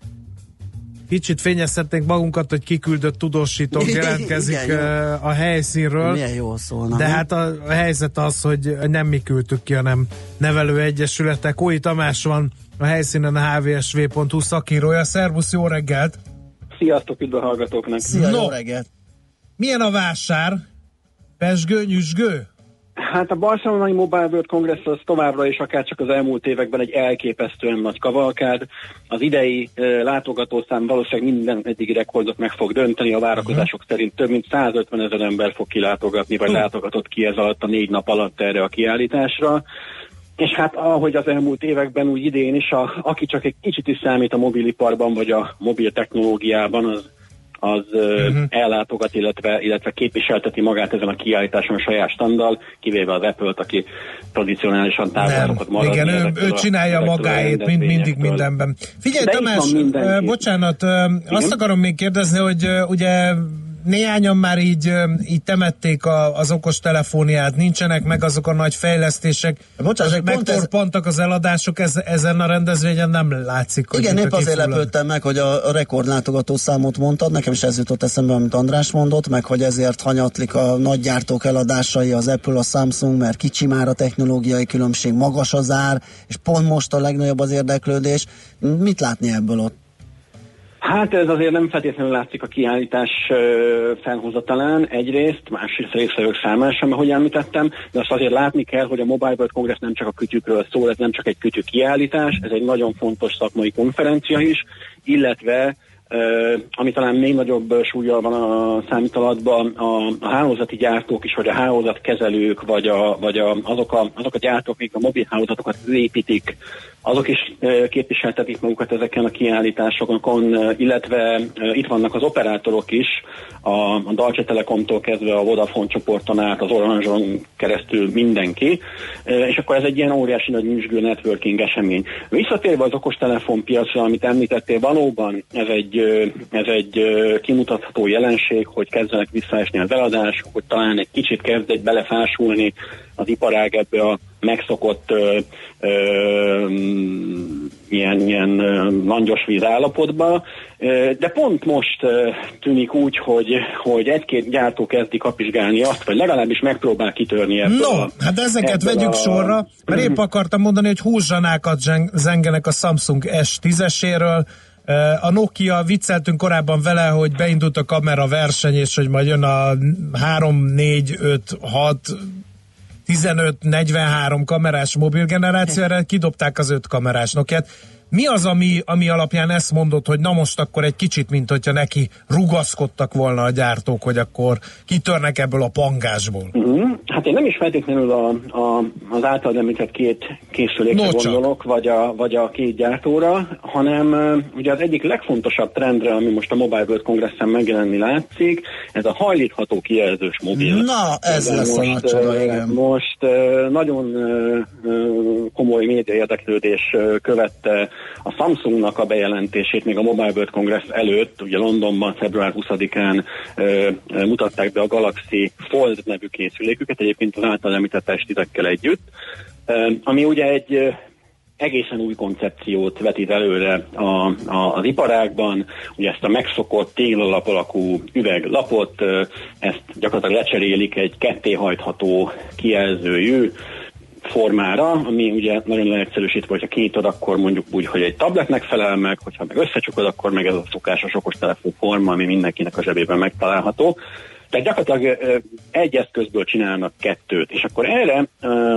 Kicsit fényezhetnénk magunkat, hogy kiküldött tudósítók jelentkezik igen, a helyszínről. Milyen jól szólna. De hát a, a helyzet az, hogy nem mi küldtük ki, hanem nevelőegyesületek. Ói Tamás van a helyszínen, a há vé es vé pont hú szakírója. Szervusz, jó reggelt! Sziasztok, üdv a hallgatóknak! Szia, no, jó reggelt! Milyen a vásár? Pesgő, nyüzsgő? Hát a Barcelonai Mobile World Congress az továbbra is akár csak az elmúlt években egy elképesztően nagy kavalkád. Az idei uh, látogatószám valószínűleg minden eddigi rekordot meg fog dönteni. A várakozások uh-huh. szerint több mint százötven ezer ember fog kilátogatni, vagy uh-huh. látogatott ki ez alatt a négy nap alatt erre a kiállításra. És hát ahogy az elmúlt években, úgy idén is, a, aki csak egy kicsit is számít a mobiliparban, vagy a mobil technológiában, az az uh-huh. ellátogat, illetve, illetve képviselteti magát ezen a kiállításon a saját standal, kivéve az Apple-t, aki tradicionálisan távol szokott maradni. Igen, ő, ő csinálja magáét mind, mindig mindenben. Figyelj, Tamás, bocsánat, igen? Azt akarom még kérdezni, hogy ugye néhányan már így, így temették a, az okos telefóniát, nincsenek meg azok a nagy fejlesztések, bocsánat, megtorpantak az eladások, ez, ezen a rendezvényen nem látszik. Hogy igen, épp azért lepődtem meg, hogy a, a rekordlátogató számot mondtad, nekem is ez jutott eszembe, amit András mondott, meg hogy ezért hanyatlik a nagygyártók eladásai, az Apple, a Samsung, mert kicsi már a technológiai különbség, magas az ár, és pont most a legnagyobb az érdeklődés. Mit látni ebből ott? Hát ez azért nem feltétlenül látszik a kiállítás felhozatalán egyrészt, másrészt részvevők számára sem, ahogy említettem, de azt azért látni kell, hogy a Mobile World Congress nem csak a kütyükről szól, ez nem csak egy kütyű kiállítás, ez egy nagyon fontos szakmai konferencia is, illetve Uh, ami talán még nagyobb súllyal van a számítalatban, a, a hálózati gyártók is, vagy a hálózatkezelők, vagy, a, vagy a, azok, a, azok a gyártók, akik a mobil hálózatokat építik, azok is uh, képviseltetik magukat ezeken a kiállításokon, uh, illetve uh, itt vannak az operátorok is, a, a Deutsche Telekomtól kezdve a Vodafone csoporton át, az Orange-on keresztül mindenki, uh, és akkor ez egy ilyen óriási nagy nyüzsgő networking esemény. Visszatérve az okostelefon piacra, amit említettél, valóban ez egy ez egy kimutatható jelenség, hogy kezdenek visszaesni az eladások, hogy talán egy kicsit kezd egy belefásulni az iparág ebbe a megszokott ö, ö, ilyen, ilyen langyos víz állapotba, de pont most tűnik úgy, hogy, hogy egy-két gyártó kezdi kapizsgálni azt, vagy legalábbis megpróbál kitörni ebből. No, a, hát ezeket vegyük a... sorra, mert épp akartam mondani, hogy húszsanákat zengenek a Samsung es tízeséről. A Nokia, vicceltünk korábban vele, hogy beindult a kamera verseny, és hogy majd jön a három, négy, öt, hat, tizenöt, negyvenhárom kamerás mobilgeneráció, erre kidobták az öt kamerás Nokiát. Mi az, ami, ami alapján ezt mondod, hogy na most akkor egy kicsit, mint hogyha neki rugaszkodtak volna a gyártók, hogy akkor kitörnek ebből a pangásból? Uh-huh. Hát én nem is feltétlenül a, a, az által említett két készülékre no, gondolok, vagy a, vagy a két gyártóra, hanem uh, ugye az egyik legfontosabb trendre, ami most a Mobile World Congressen megjelenni látszik, ez a hajlítható kijelzős mobil. Na, ez de lesz most, a nagy csoda, igen. Most uh, nagyon uh, komoly média érdeklődés uh, követte a Samsungnak a bejelentését még a Mobile World Congress előtt, ugye Londonban február huszadikán ö, ö, mutatták be a Galaxy Fold nevű készüléküket, egyébként az által említett es tízekkel együtt, ö, ami ugye egy ö, egészen új koncepciót vetít előre a, a, az iparágban, ugye ezt a megszokott téglalap alakú üveglapot, ö, ezt gyakorlatilag lecserélik egy kettéhajtható kijelzőjű formára, ami ugye nagyon leegyszerűsítve, hogyha kinyitod, akkor mondjuk úgy, hogy egy tabletnek felel meg, hogyha meg összecsukod, akkor meg ez a szokásos okostelefon forma, ami mindenkinek a zsebében megtalálható. Tehát gyakorlatilag egy eszközből csinálnak kettőt, és akkor erre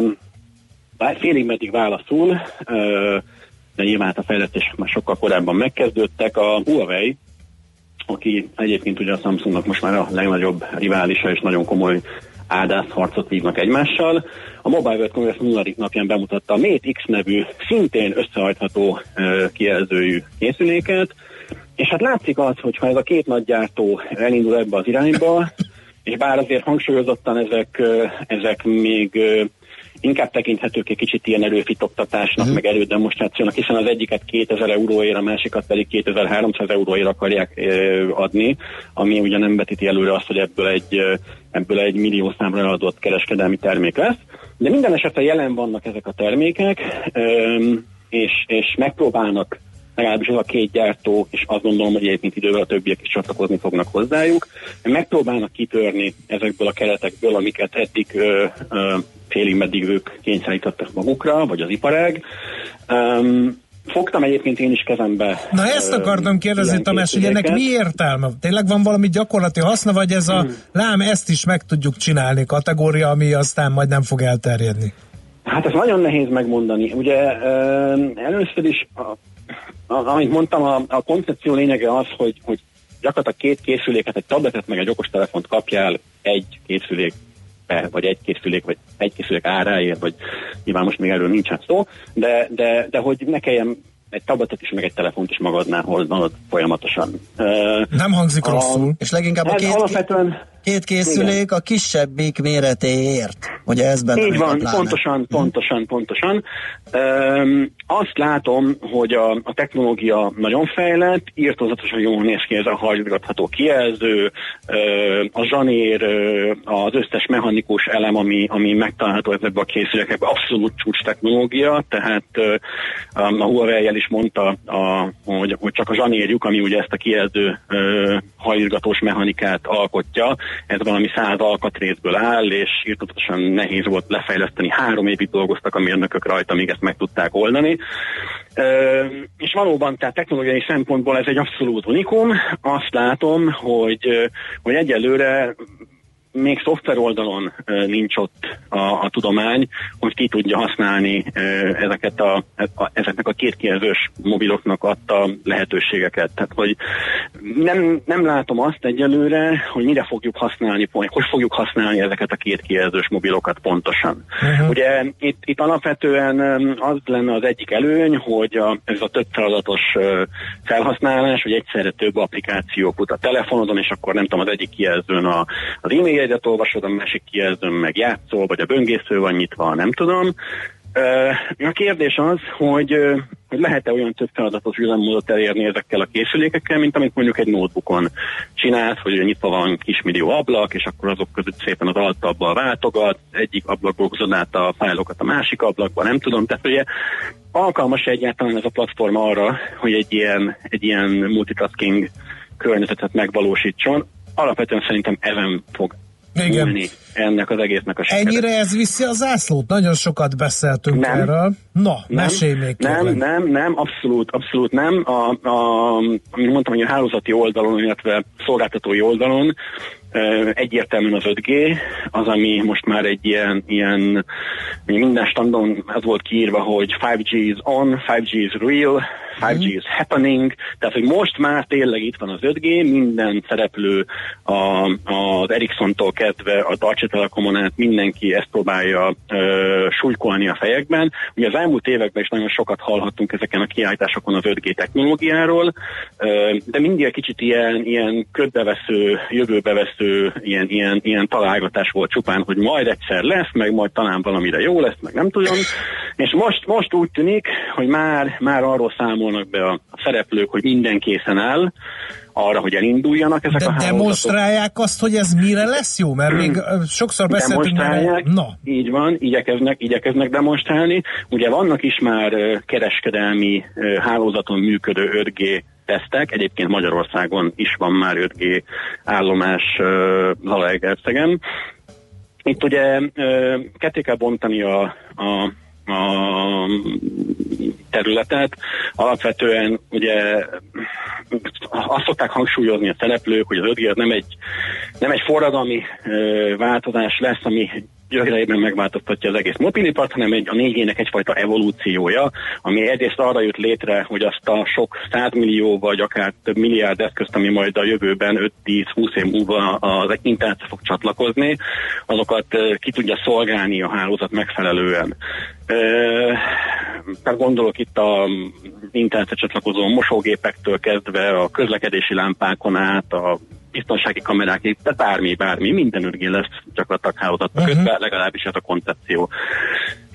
félig meddig válaszul, de nyilván a fejlesztések már sokkal korábban megkezdődtek, a Huawei, aki egyébként ugye a Samsungnak most már a legnagyobb riválisa, és nagyon komoly ádászharcot vívnak egymással. A Mobile World Congress nulladik napján bemutatta a Mate X nevű, szintén összehajtható uh, kijelzőjű készüléket, és hát látszik az, hogy ha ez a két nagy gyártó elindul ebbe az irányba, és bár azért hangsúlyozottan ezek, uh, ezek még uh, inkább tekinthetők egy kicsit ilyen előfitoktatásnak, uh-huh. meg elődemonstrációnak, hiszen az egyiket kétezer euróért, a másikat pedig kétezer-háromszáz euróért akarják ö, adni, ami ugye nem vetíti előre azt, hogy ebből egy, ebből egy millió számra eladott kereskedelmi termék lesz. De minden esetre jelen vannak ezek a termékek, ö, és, és megpróbálnak legalábbis ez a két gyártó, és azt gondolom, hogy egyébként idővel a többiek is csatlakozni fognak hozzájuk, megpróbálnak kitörni ezekből a keretekből, amiket eddig ö, ö, félig meddig ők kényszerítettek magukra, vagy az iparág. Um, fogtam egyébként én is kezembe. Na ezt akartam kérdezni, Tamás, hogy ennek mi értelme? Tényleg van valami gyakorlati haszna, vagy ez a hmm. lám, ezt is meg tudjuk csinálni kategória, ami aztán majd nem fog elterjedni? Hát ez nagyon nehéz megmondani. Ugye ö, először is a A, amit mondtam, a, a koncepció lényege az, hogy, hogy gyakorlatilag két készüléket, egy tabletet meg egy okostelefont kapjál egy készülékbe, vagy egy készülék, vagy egy készülék áráért, vagy nyilván most még erről nincsen szó, de, de, de hogy ne kelljen egy tabletet is, meg egy telefont is magadnál hordnod folyamatosan. Nem hangzik a, rosszul. És leginkább a két, alapvetően, két készülék igen. a kisebbik méretéért. Ugye ez benne így van, pontosan, pontosan, pontosan. Üm, azt látom, hogy a, a technológia nagyon fejlett, írtózatosan jól néz ki ez a hajlgatható kijelző, a zsanér, az összes mechanikus elem, ami, ami megtalálható ezekben a készülékekben, abszolút csúcs technológia, tehát a Huawei-jel is mondta, a, hogy, hogy csak a zsanérjuk, ami ugye ezt a kijelző hajlgatós mechanikát alkotja, ez valami száz alkatrészből áll, és írtózatosan nehéz volt lefejleszteni. Három évig dolgoztak a mérnökök rajta, míg ezt meg tudták oldani. Uh, és valóban, tehát technológiai szempontból ez egy abszolút unikum. Azt látom, hogy, hogy egyelőre még szoftver oldalon uh, nincs ott a, a tudomány, hogy ki tudja használni uh, ezeket a, a, ezeknek a kétkijelzős mobiloknak adta lehetőségeket. Tehát, hogy nem, nem látom azt egyelőre, hogy mire fogjuk használni, hogy fogjuk használni ezeket a kétkijelzős mobilokat pontosan. Uh-huh. Ugye itt, itt alapvetően az lenne az egyik előny, hogy a, ez a több feladatos uh, felhasználás, hogy egyszerre több applikáció fut a telefonodon, és akkor nem tudom, az egyik kijelzőn a, az e-mail jegyet olvasod, a másik kijelzőn meg játszol, vagy a böngésző van nyitva, nem tudom. A kérdés az, hogy, hogy lehet-e olyan több feladatos üzemmódot elérni ezekkel a készülékekkel, mint amit mondjuk egy notebookon csinálsz, hogy nyitva van kismillió ablak, és akkor azok között szépen az altabbal váltogat, egyik ablakból hozod át a fájlokat a másik ablakba, nem tudom. Tehát ugye alkalmas egyáltalán ez a platform arra, hogy egy ilyen, egy ilyen multitasking környezetet megvalósítson. Alapvetően szerintem ezen fog múlni ennek az egésznek a sikere. Ennyire ez viszi a zászlót? Nagyon sokat beszéltünk nem. erről. Na, nem, mesélj még Nem, kérlek. nem, nem, abszolút, abszolút nem. A, a, amit mondtam, hogy a hálózati oldalon, illetve szolgáltatói oldalon egyértelműen az öt G, az, ami most már egy ilyen, ilyen minden standon az volt kiírva, hogy five G is on, five G is real, five G is happening, tehát hogy most már tényleg itt van az öt G, minden szereplő a, az Ericssontól kezdve a Deutsche Telekomon át mindenki ezt próbálja ö, súlykolni a fejekben. Ugye az elmúlt években is nagyon sokat hallhattunk ezeken a kiállításokon az öt G technológiáról, ö, de mindig egy kicsit ilyen, ilyen ködbevesző, jövőbevesző, ilyen, ilyen, ilyen találgatás volt csupán, hogy majd egyszer lesz, meg majd talán valamire jó lesz, meg nem tudom. És most, most úgy tűnik, hogy már, már arról számolnak be a, a szereplők, hogy minden készen áll arra, hogy elinduljanak ezek de a hálózatok. Demonstrálják azt, hogy ez mire lesz jó? Mert még sokszor beszéltünk demonstrálják, már. No. Így van, igyekeznek, igyekeznek demonstrálni. Ugye vannak is már uh, kereskedelmi uh, hálózaton működő öt G tesztek, egyébként Magyarországon is van már öt G állomás uh, Zalaegerszegen. Itt ugye uh, ketté kell bontani a, a a területet. Alapvetően ugye azt szokták hangsúlyozni a szereplők, hogy az öt G az nem egy, nem egy forradalmi ö, változás lesz, ami gyökereiben megváltoztatja az egész mobilipart, hanem egy, a négy G-nek egyfajta evolúciója, ami egyrészt arra jött létre, hogy azt a sok százmillió vagy akár több milliárd eszközt, ami majd a jövőben öt-tíz-húsz év múlva az internetre fog csatlakozni, azokat ki tudja szolgálni a hálózat megfelelően. Tehát gondolok itt a internetre csatlakozó mosógépektől kezdve a közlekedési lámpákon át, a biztonsági kamerákig, tehát bármi, bármi, minden öt G lesz gyakorlatilag hálózatba kötve, uh-huh. legalábbis ez a koncepció.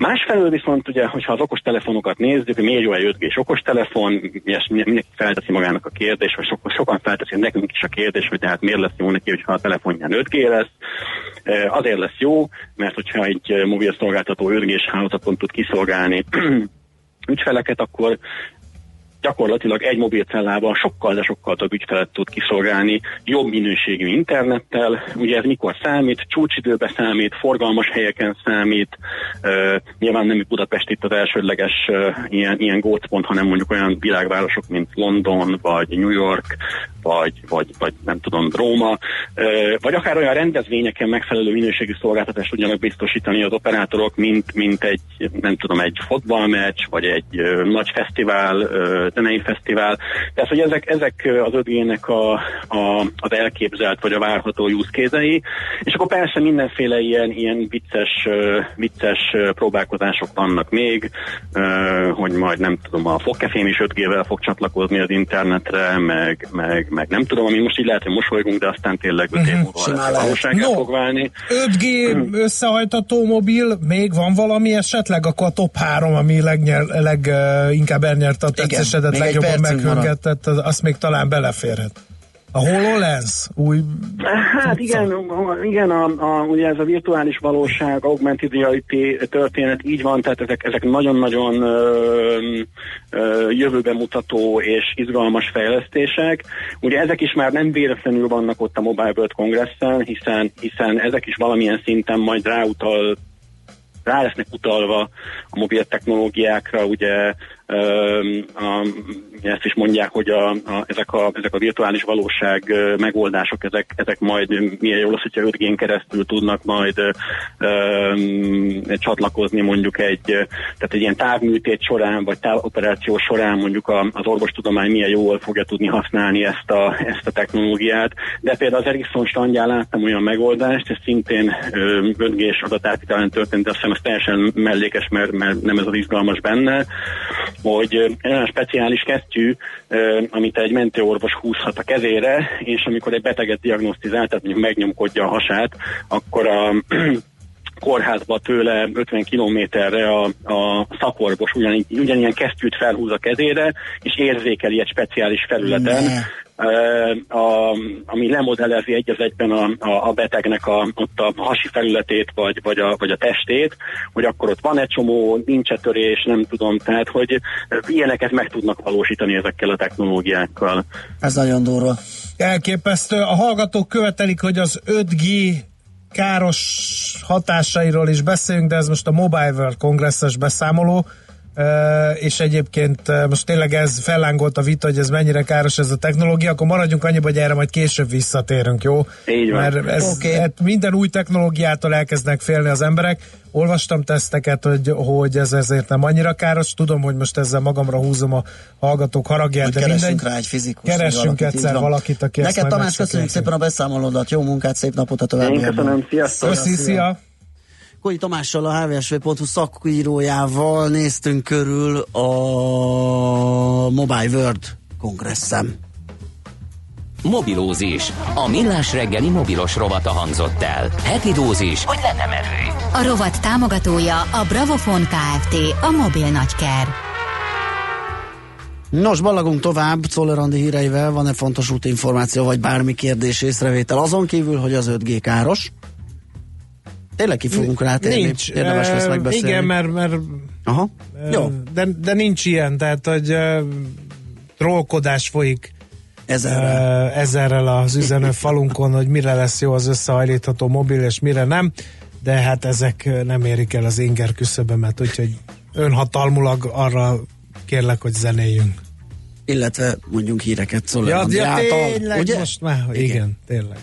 Másfelől viszont ugye, hogyha az okostelefonokat nézzük, miért jó egy öt G-s okostelefon, mindenki felteszi magának a kérdés, vagy so- sokan felteszi nekünk is a kérdés, hogy tehát miért lesz jó neki, hogyha a telefonján öt G lesz. Azért lesz jó, mert hogyha egy mobil szolgáltató öt G-s hálózaton tud kiszolgálni ügyfeleket, akkor gyakorlatilag egy mobilcellával sokkal, de sokkal több ügyfelet tud kiszolgálni jobb minőségű internettel. Ugye ez mikor számít? Csúcsidőbe számít, forgalmas helyeken számít. Uh, nyilván nem Budapest itt az elsődleges uh, ilyen, ilyen gócpont, hanem mondjuk olyan világvárosok, mint London, vagy New York, vagy, vagy, vagy nem tudom, Róma, uh, vagy akár olyan rendezvényeken megfelelő minőségű szolgáltatást tudjanak biztosítani az operátorok, mint, mint egy, nem tudom, egy fotballmeccs, vagy egy uh, nagy fesztivál, uh, zenei fesztivál. Tehát, hogy ezek, ezek az öt G-nek a, a, az elképzelt vagy a várható use case-ei, és akkor persze mindenféle ilyen, ilyen vicces, vicces próbálkozások vannak még, hogy majd nem tudom, a fogkefém is öt G-vel fog csatlakozni az internetre, meg, meg, meg nem tudom, ami most így lehet, hogy mosolygunk, de aztán tényleg öt év múlva valósággal fog válni. öt G összehajtató mobil, még van valami esetleg? Akkor a top három, ami legnyer, leginkább elnyerte a tetszesedet, legjobban meghöngetett, azt még talán beleférhet. A HoloLens új... Hát igen, igen a, a, ugye ez a virtuális valóság, augmented reality történet így van, tehát ezek, ezek nagyon-nagyon ö, ö, jövőbe mutató és izgalmas fejlesztések. Ugye ezek is már nem véletlenül vannak ott a Mobile World Congressen, hiszen, hiszen ezek is valamilyen szinten majd ráutal rá lesznek utalva a mobil technológiákra, ugye a, ezt is mondják, hogy a, a, ezek, a, ezek a virtuális valóság megoldások, ezek, ezek majd milyen jó lesz, hogyha öt G-n keresztül tudnak majd um, csatlakozni mondjuk egy, tehát egy ilyen távműtét során, vagy távoperáció során mondjuk a, az orvostudomány milyen jól fogja tudni használni ezt a, ezt a technológiát. De például az Ericsson standján láttam olyan megoldást, ez szintén öt G-s adatátvitelen történt, de azt hiszem ez teljesen mellékes, mert, mert nem ez az izgalmas benne, hogy egy olyan speciális kesztyű, amit egy mentőorvos húzhat a kezére, és amikor egy beteget diagnosztizál, tehát mondjuk megnyomkodja a hasát, akkor a kórházba tőle ötven kilométerre a, a szakorvos ugyan, ugyanilyen kesztyűt felhúz a kezére, és érzékeli egy speciális felületen, a, ami lemodellezi egy az egyben a, a, a betegnek a, ott a hasi felületét, vagy, vagy, a, vagy a testét, hogy akkor ott van egy csomó, nincs törés, nem tudom, tehát, hogy ilyeneket meg tudnak valósítani ezekkel a technológiákkal. Ez nagyon durva. Elképesztő. A hallgatók követelik, hogy az öt G káros hatásairól is beszéljünk, de ez most a Mobile World Congress-es beszámoló, Uh, és egyébként uh, most tényleg ez fellángolt a vita, hogy ez mennyire káros ez a technológia, akkor maradjunk annyiba, hogy erre majd később visszatérünk, jó? Így van. Mert ez, okay. hát minden új technológiától elkezdenek félni az emberek. Olvastam teszteket, hogy, hogy ez ezért nem annyira káros. Tudom, hogy most ezzel magamra húzom a hallgatók haragját, de mindegy. Rá egy fizikus, keressünk egyszer valakit, aki ezt neked Tamás, köszönjük szépen a beszámolódat, jó munkát, szép napot a továbbiakban. Én köszönöm, sziasztok! Köszi, szia! Kói Tamással, a há vé es vé pont hú szakírójával néztünk körül a Mobile World Congressen. Mobilózis. A millás reggeli mobilos rovata hangzott el. Heti dózis, hogy lenne merő. A rovat támogatója a Bravofon Kft. A mobil nagyker. Nos, ballagunk tovább Czoller Andi híreivel. Van-e fontos útinformáció, vagy bármi kérdés, észrevétel azon kívül, hogy az öt G káros? Tényleg ki fogunk rátérni, nincs, érdemes lesz megbeszélni. Igen, mert, mert Aha. Jó. De, de nincs ilyen, tehát hogy uh, trollkodás folyik ezerrel. Uh, ezerrel az üzenő falunkon, hogy mire lesz jó az összehajlítható mobil, és mire nem, de hát ezek nem érik el az inger küszöbömet, úgyhogy önhatalmulag arra kérlek, hogy zenéljünk. Illetve mondjunk híreket Czoller ja, Andi ja, által, tényleg, ugye? Most már, igen, igen tényleg.